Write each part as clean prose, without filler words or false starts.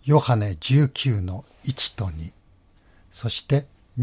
ヨハネ19の1と2、そして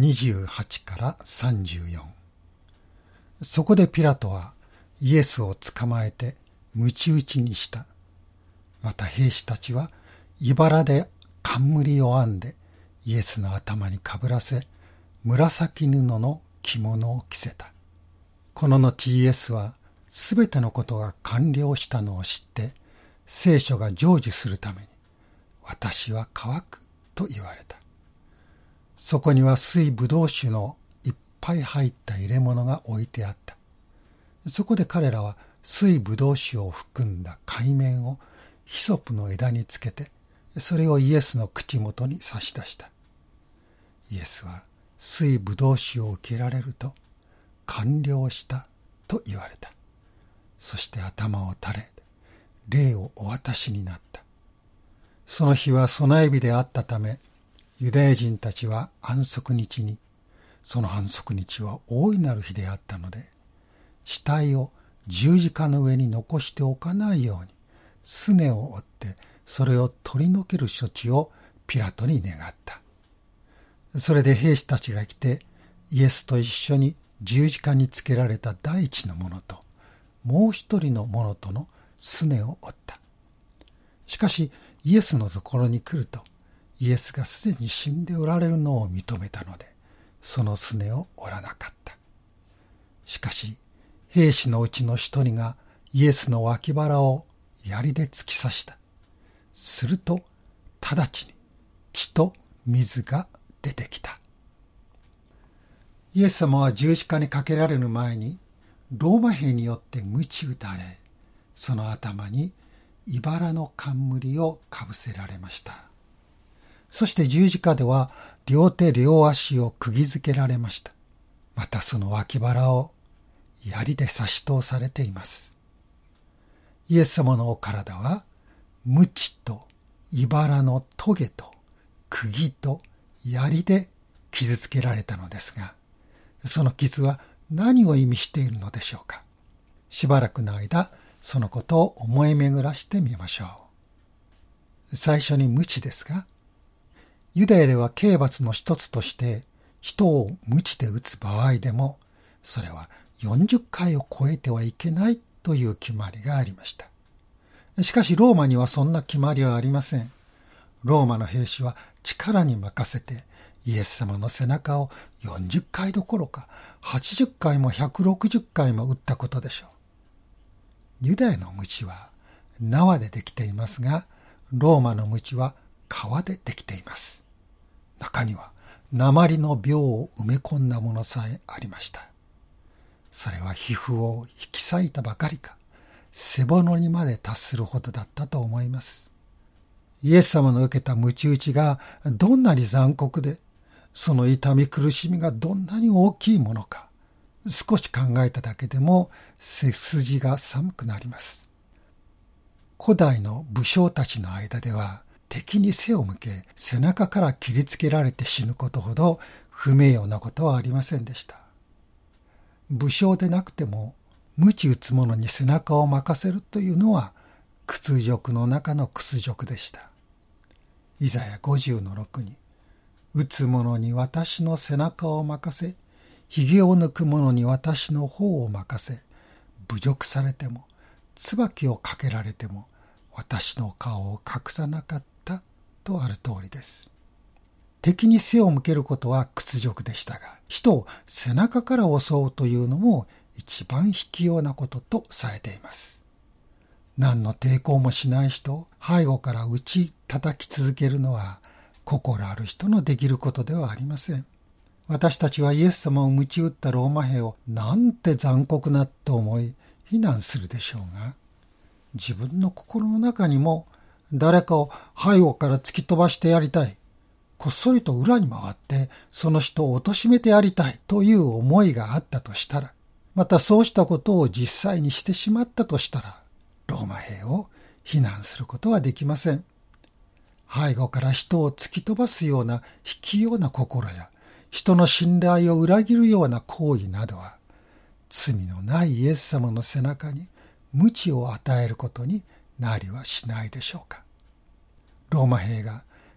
28から34。そこでピラトはイエスを捕まえて鞭打ちにした。また兵士たちは茨で冠を編んでイエスの頭にかぶらせ、紫布の着物を着せた。この後イエスはすべてのことが完了したのを知って、聖書が成就するために、私は乾くと言われた。そこには水ぶどう酒のいっぱい入った入れ物が置いてあった。そこで彼らは水ぶどう酒を含んだ海綿をヒソプの枝につけて、それをイエスの口元に差し出した。イエスは水ぶどう酒を受けられると、完了したと言われた。そして頭を垂れ、霊をお渡しになった。その日は備え日であったため、ユダヤ人たちは安息日に、その安息日は大いなる日であったので、死体を十字架の上に残しておかないように、すねを折ってそれを取り除ける処置をピラトに願った。それで兵士たちが来て、イエスと一緒に十字架につけられた第一の者と、もう一人の者とのすねを折った。しかしイエスのところに来ると、イエスがすでに死んでおられるのを認めたので、そのすねを折らなかった。しかし、兵士のうちの一人がイエスの脇腹を槍で突き刺した。すると、直ちに血と水が出てきた。イエス様は十字架にかけられる前に、ローマ兵によって鞭打たれ、その頭に茨の冠をかぶせられました。そして十字架では両手両足を釘付けられました。またその脇腹を槍で刺し通されています。イエス様のお体は鞭と茨の棘と釘と槍で傷つけられたのですが、その傷は何を意味しているのでしょうか。しばらくの間、そのことを思い巡らしてみましょう。最初に鞭ですが、ユダヤでは刑罰の一つとして人を鞭で打つ場合でも、それは40回を超えてはいけないという決まりがありました。しかしローマにはそんな決まりはありません。ローマの兵士は力に任せてイエス様の背中を40回どころか80回も160回も打ったことでしょう。ユダヤの鞭は縄でできていますが、ローマの鞭は革でできています。中には鉛の鋲を埋め込んだものさえありました。それは皮膚を引き裂いたばかりか、背骨にまで達するほどだったと思います。イエス様の受けた鞭打ちがどんなに残酷で、その痛み苦しみがどんなに大きいものか、少し考えただけでも背筋が寒くなります。古代の武将たちの間では、敵に背を向け背中から切りつけられて死ぬことほど不名誉なことはありませんでした。武将でなくても鞭打つ者に背中を任せるというのは屈辱の中の屈辱でした。イザヤ50の6に、打つ者に私の背中を任せ、髭を抜く者に私の方を任せ、侮辱されても椿をかけられても私の顔を隠さなかったとある通りです。敵に背を向けることは屈辱でしたが、人を背中から襲うというのも一番卑怯なこととされています。何の抵抗もしない人を背後から打ち叩き続けるのは心ある人のできることではありません。私たちはイエス様を鞭打ったローマ兵をなんて残酷なと思い非難するでしょうが、自分の心の中にも誰かを背後から突き飛ばしてやりたい、こっそりと裏に回ってその人を貶めてやりたいという思いがあったとしたら、またそうしたことを実際にしてしまったとしたら、ローマ兵を非難することはできません。背後から人を突き飛ばすような卑怯な心や、人の信頼を裏切るような行為などは、罪のないイエス様の背中に鞭を与えることになりはしないでしょうか。ローマ兵が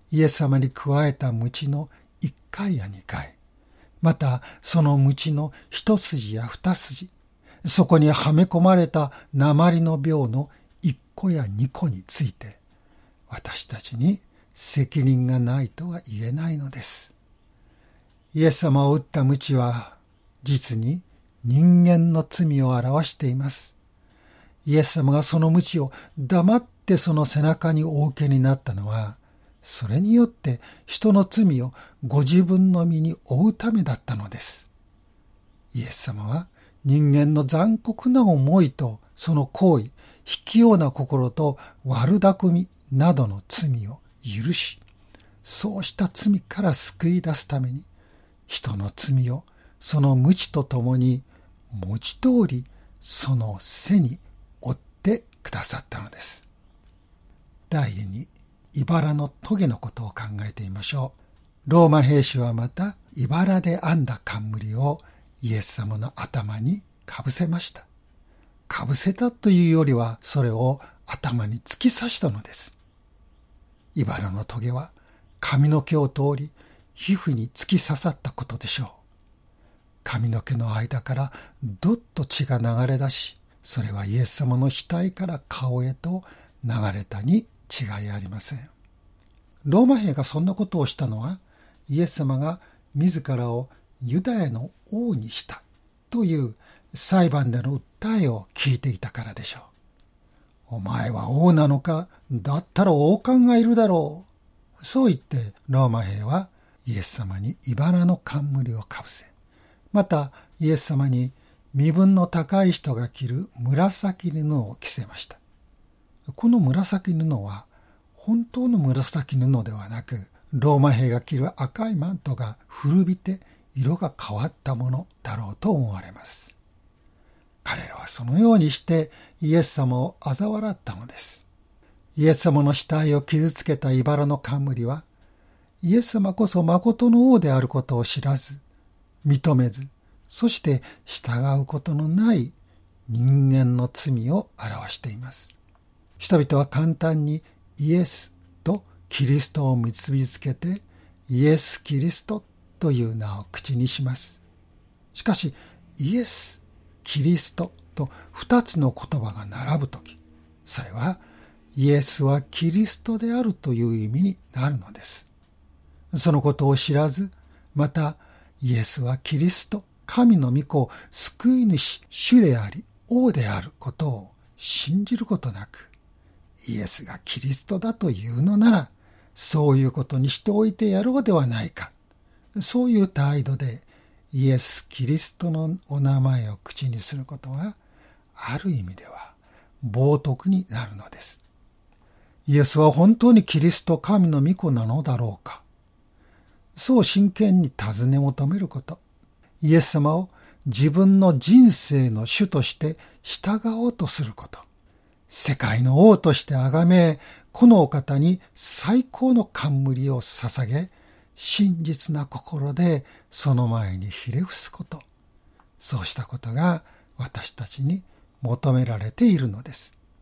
イエス様に加えた鞭の1回や2回、またその鞭の1筋や2筋、そこにはめ込まれた鉛の鋲の1個や2個について、私たちに責任がないとは言えないのです。イエス様を打った鞭は、実に人間の罪を表しています。イエス様がその鞭を黙ってその背中にお受けになったのは、それによって人の罪をご自分の身に負うためだったのです。イエス様は人間の残酷な思いとその行為、卑怯な心と悪巧みなどの罪を許し、そうした罪から救い出すために、人の罪をその鞭とともに文字通りその背に負ってくださったのです。第二に、茨の棘のことを考えてみましょう。ローマ兵士はまた茨で編んだ冠をイエス様の頭にかぶせました。かぶせたというよりはそれを頭に突き刺したのです。茨の棘は髪の毛を通り皮膚に突き刺さったことでしょう。髪の毛の間からどっと血が流れ出し、それはイエス様の額から顔へと流れたに違いありません。ローマ兵がそんなことをしたのは、イエス様が自らをユダヤの王にしたという裁判での訴えを聞いていたからでしょう。お前は王なのか、だったら王冠がいるだろう。そう言ってローマ兵はイエス様に茨の冠をかぶせ、またイエス様に身分の高い人が着る紫布を着せました。この紫布は本当の紫布ではなく、ローマ兵が着る赤いマントが古びて色が変わったものだろうと思われます。彼らはそのようにしてイエス様を嘲笑ったのです。イエス様の死体を傷つけた茨の冠は、イエス様こそ誠の王であることを知らず、認めず、そして従うことのない人間の罪を表しています。人々は簡単にイエスとキリストを結びつけて、イエス・キリストという名を口にします。しかし、イエス、キリストと二つの言葉が並ぶとき、それはイエスはキリストであるという意味になるのです。そのことを知らず、またイエスはキリスト、神の御子、救い主、主であり、王であることを信じることなく、イエスがキリストだというのなら、そういうことにしておいてやろうではないか。そういう態度でイエス・キリストのお名前を口にすることは、ある意味では冒涜になるのです。イエスは本当にキリスト神の御子なのだろうか。そう真剣に尋ね求めること。イエス様を自分の人生の主として従おうとすること。世界の王として崇め、このお方に最高の冠を捧げ、真実な心でその前にひれ伏すこと。そうしたことが私たちに求められているのです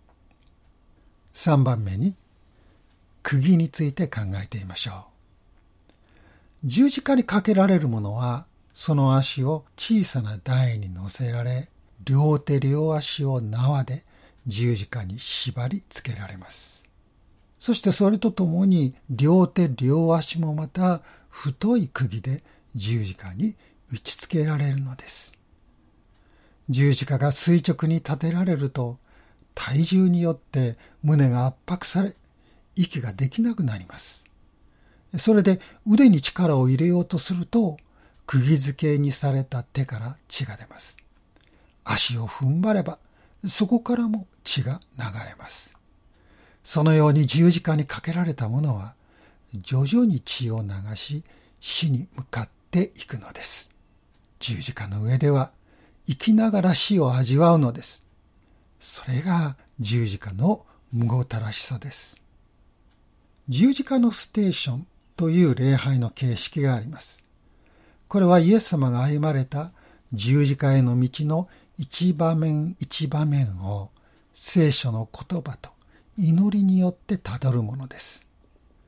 。3番目に、釘について考えてみましょう。十字架にかけられるものは、その足を小さな台に乗せられ、両手両足を縄で十字架に縛り付けられます。そしてそれとともに両手両足もまた太い釘で十字架に打ち付けられるのです。十字架が垂直に立てられると、体重によって胸が圧迫され、息ができなくなります。それで腕に力を入れようとすると、釘付けにされた手から血が出ます。足を踏ん張れば、そこからも血が流れます。そのように十字架にかけられた者は、徐々に血を流し、死に向かっていくのです。十字架の上では、生きながら死を味わうのです。それが十字架のむごたらしさです。十字架のステーションという礼拝の形式があります。これはイエス様が歩まれた十字架への道の一場面一場面を聖書の言葉と祈りによってたどるものです。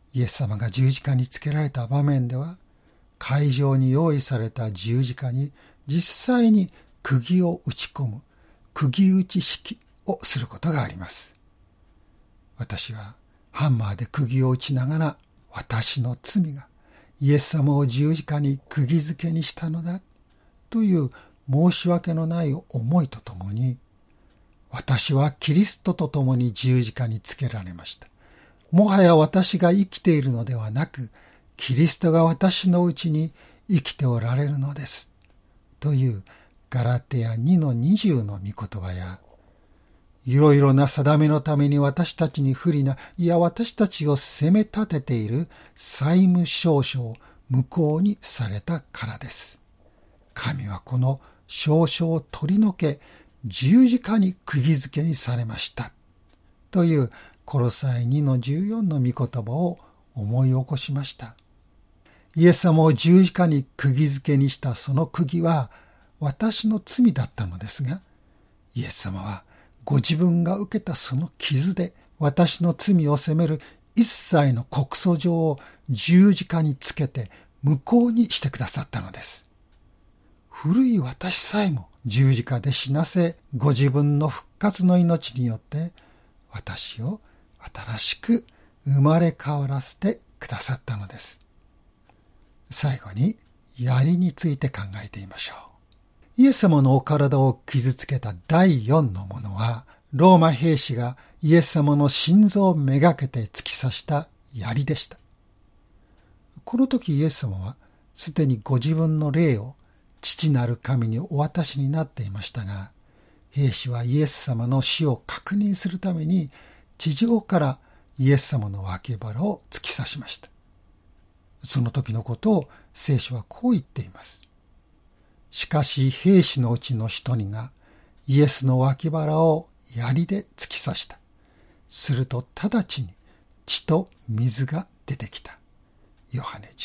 イエス様が十字架につけられた場面では、会場に用意された十字架に実際に釘を打ち込む釘打ち式をすることがあります。私はハンマーで釘を打ちながら、私の罪がイエス様を十字架に釘付けにしたのだという申し訳のない思いとともに、私はキリストと共に十字架につけられました。もはや私が生きているのではなく、キリストが私のうちに生きておられるのです。というガラテヤ 2-20 の御言葉や、いろいろな定めのために私たちに不利な、いや私たちを責め立てている債務証書を無効にされたからです。神はこの証書を取り除け、十字架に釘付けにされました。というコロサイ 2-14 の御言葉を思い起こしました。イエス様を十字架に釘付けにしたその釘は私の罪だったのですが、イエス様はご自分が受けたその傷で私の罪を責める一切の告訴状を十字架につけて無効にしてくださったのです。古い私さえも十字架で死なせ、ご自分の復活の命によって私を新しく生まれ変わらせてくださったのです。最後に槍について考えてみましょう。イエス様のお体を傷つけた第4のものは、ローマ兵士がイエス様の心臓をめがけて突き刺した槍でした。この時イエス様はすでにご自分の霊を父なる神にお渡しになっていましたが、兵士はイエス様の死を確認するために地上からイエス様の脇腹を突き刺しました。その時のことを聖書はこう言っています。しかし兵士のうちの一人がイエスの脇腹を槍で突き刺した。すると直ちに血と水が出てきた。ヨハネ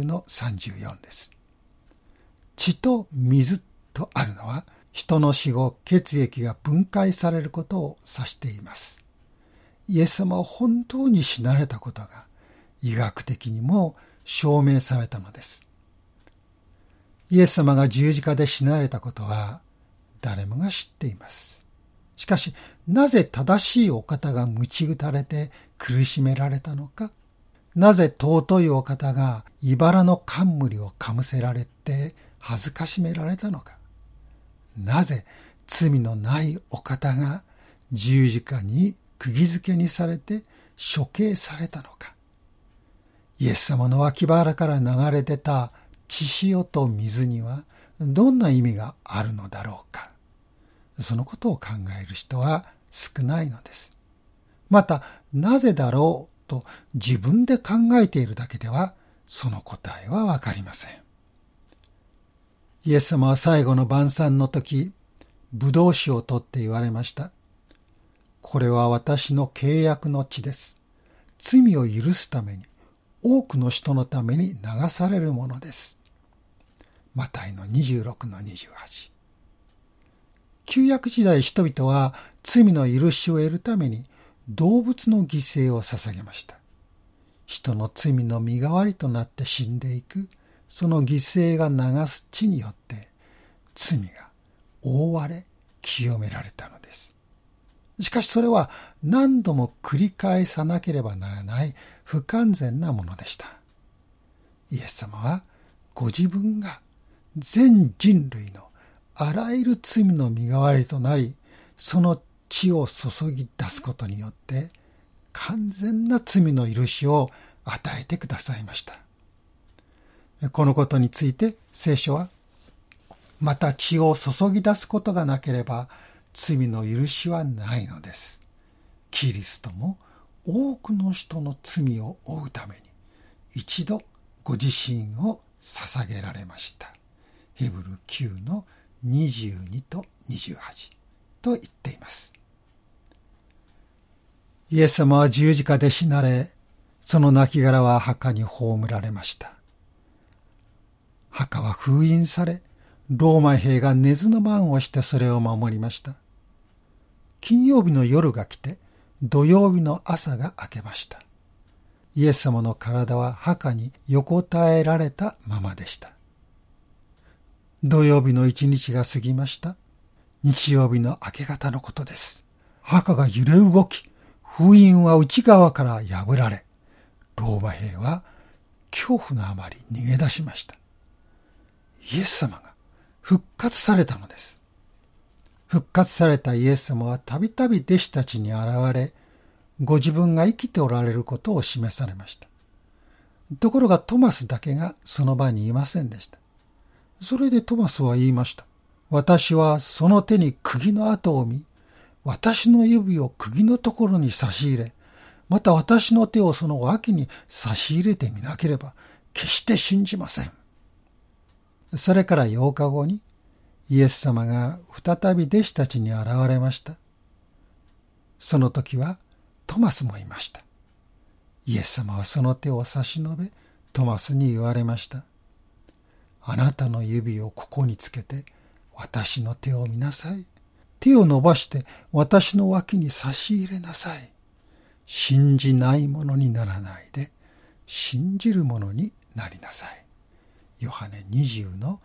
19-34 です。血と水とあるのは、人の死後血液が分解されることを指しています。イエス様は本当に死なれたことが医学的にも証明されたのです。イエス様が十字架で死なれたことは誰もが知っています。しかし、なぜ正しいお方が鞭打たれて苦しめられたのか、なぜ尊いお方が茨の冠をかむせられて恥ずかしめられたのか、なぜ罪のないお方が十字架に釘付けにされて処刑されたのか、イエス様の脇腹から流れ出た血潮と水にはどんな意味があるのだろうか。そのことを考える人は少ないのです。また、なぜだろうと自分で考えているだけではその答えはわかりません。イエス様は最後の晩餐の時、ブドウ酒を取って言われました。これは私の契約の血です。罪を許すために、多くの人のために流されるものです。マタイの 26-28。旧約時代、人々は罪の許しを得るために動物の犠牲を捧げました。人の罪の身代わりとなって死んでいく、その犠牲が流す血によって罪が覆われ清められたのです。しかしそれは何度も繰り返さなければならない不完全なものでした。イエス様はご自分が全人類のあらゆる罪の身代わりとなり、その血を注ぎ出すことによって完全な罪の許しを与えてくださいました。このことについて聖書は、また血を注ぎ出すことがなければ罪の許しはないのです。キリストも多くの人の罪を負うために一度ご自身を捧げられました。ヘブル 9-22-28 と言っています。イエス様は十字架で死なれ、その亡骸は墓に葬られました。墓は封印され、ローマ兵が寝ずの番をしてそれを守りました。金曜日の夜が来て、土曜日の朝が明けました。 イエス様の体は墓に横たえられたままでした。土曜日の一日が過ぎました。日曜日の明け方のことです。墓が揺れ動き、封印は内側から破られ、ローマ兵は恐怖のあまり逃げ出しました。イエス様が復活されたのです。復活されたイエス様はたびたび弟子たちに現れ、ご自分が生きておられることを示されました。ところがトマスだけがその場にいませんでした。それでトマスは言いました。私はその手に釘の跡を見、私の指を釘のところに差し入れ、また私の手をその脇に差し入れてみなければ決して信じません。それから8日後にイエス様が再び弟子たちに現れました。その時はトマスもいました。イエス様はその手を差し伸べ、トマスに言われました。あなたの指をここにつけて私の手を見なさい。手を伸ばして私の脇に差し入れなさい。信じないものにならないで、信じるものになりなさい。ヨハネ20の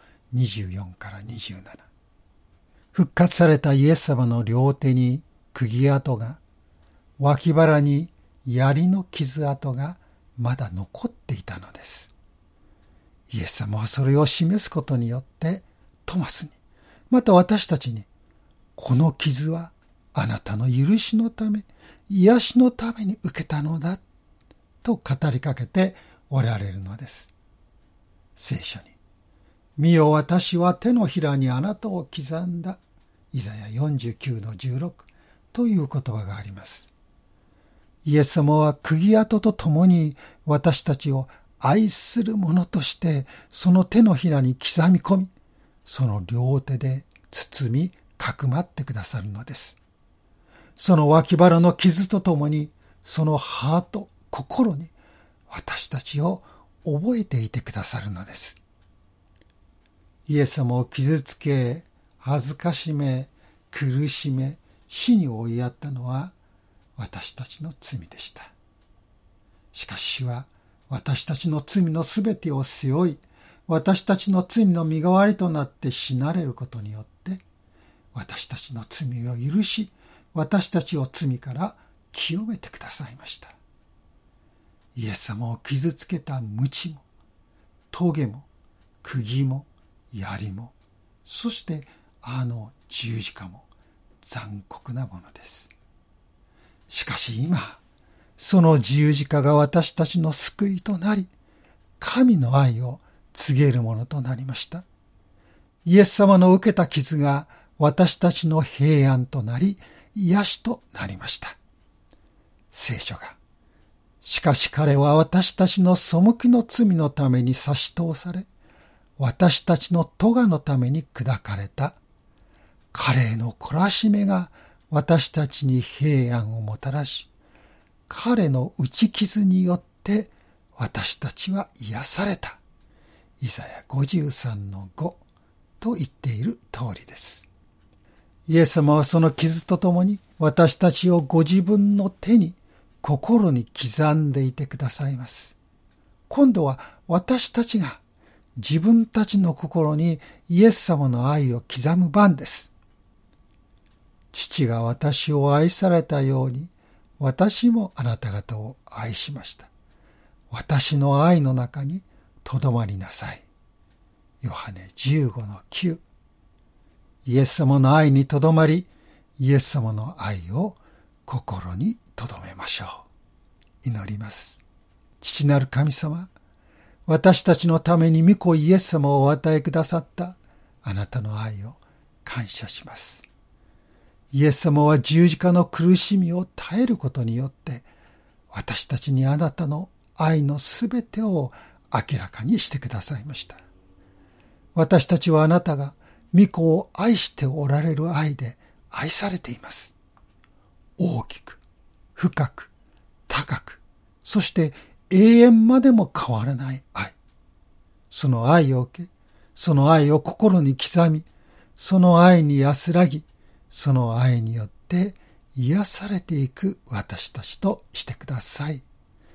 24から27。復活されたイエス様の両手に釘跡が、脇腹に槍の傷跡がまだ残っていたのです。イエス様はそれを示すことによってトマスに、また私たちに、この傷はあなたの許しのため、癒しのために受けたのだと語りかけておられるのです。聖書に、見よ私は手のひらにあなたを刻んだ、イザヤ49の16という言葉があります。イエス様は釘跡とともに私たちを愛する者としてその手のひらに刻み込み、その両手で包みかくまってくださるのです。その脇腹の傷とともにそのハート、心に私たちを覚えていてくださるのです。イエス様を傷つけ、恥ずかしめ、苦しめ、死に追いやったのは私たちの罪でした。しかし主は私たちの罪のすべてを背負い、私たちの罪の身代わりとなって死なれることによって、私たちの罪を許し、私たちを罪から清めてくださいました。イエス様を傷つけた鞭も、棘も、釘も、槍も、そしてあの十字架も残酷なものです。しかし今、その十字架が私たちの救いとなり、神の愛を告げるものとなりました。イエス様の受けた傷が私たちの平安となり、癒しとなりました。聖書が、しかし彼は私たちの背きの罪のために差し通され、私たちの咎のために砕かれた。彼への懲らしめが私たちに平安をもたらし、彼の打ち傷によって私たちは癒された。イザヤ53の5と言っている通りです。イエス様はその傷とともに私たちをご自分の手に心に刻んでいてくださいます。今度は私たちが自分たちの心にイエス様の愛を刻む番です。父が私を愛されたように私もあなた方を愛しました。私の愛の中にとどまりなさい。ヨハネ15の9。イエス様の愛にとどまり、イエス様の愛を心にとどめましょう。祈ります。父なる神様、私たちのために御子イエス様をお与えくださったあなたの愛を感謝します。イエス様は十字架の苦しみを耐えることによって、私たちにあなたの愛のすべてを明らかにしてくださいました。私たちはあなたが御子を愛しておられる愛で愛されています。大きく、深く、高く、そして永遠までも変わらない愛。その愛を受け、その愛を心に刻み、その愛に安らぎ、その愛によって癒されていく私たちとしてください。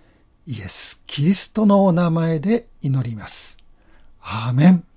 イエス・キリストのお名前で祈ります。アーメン。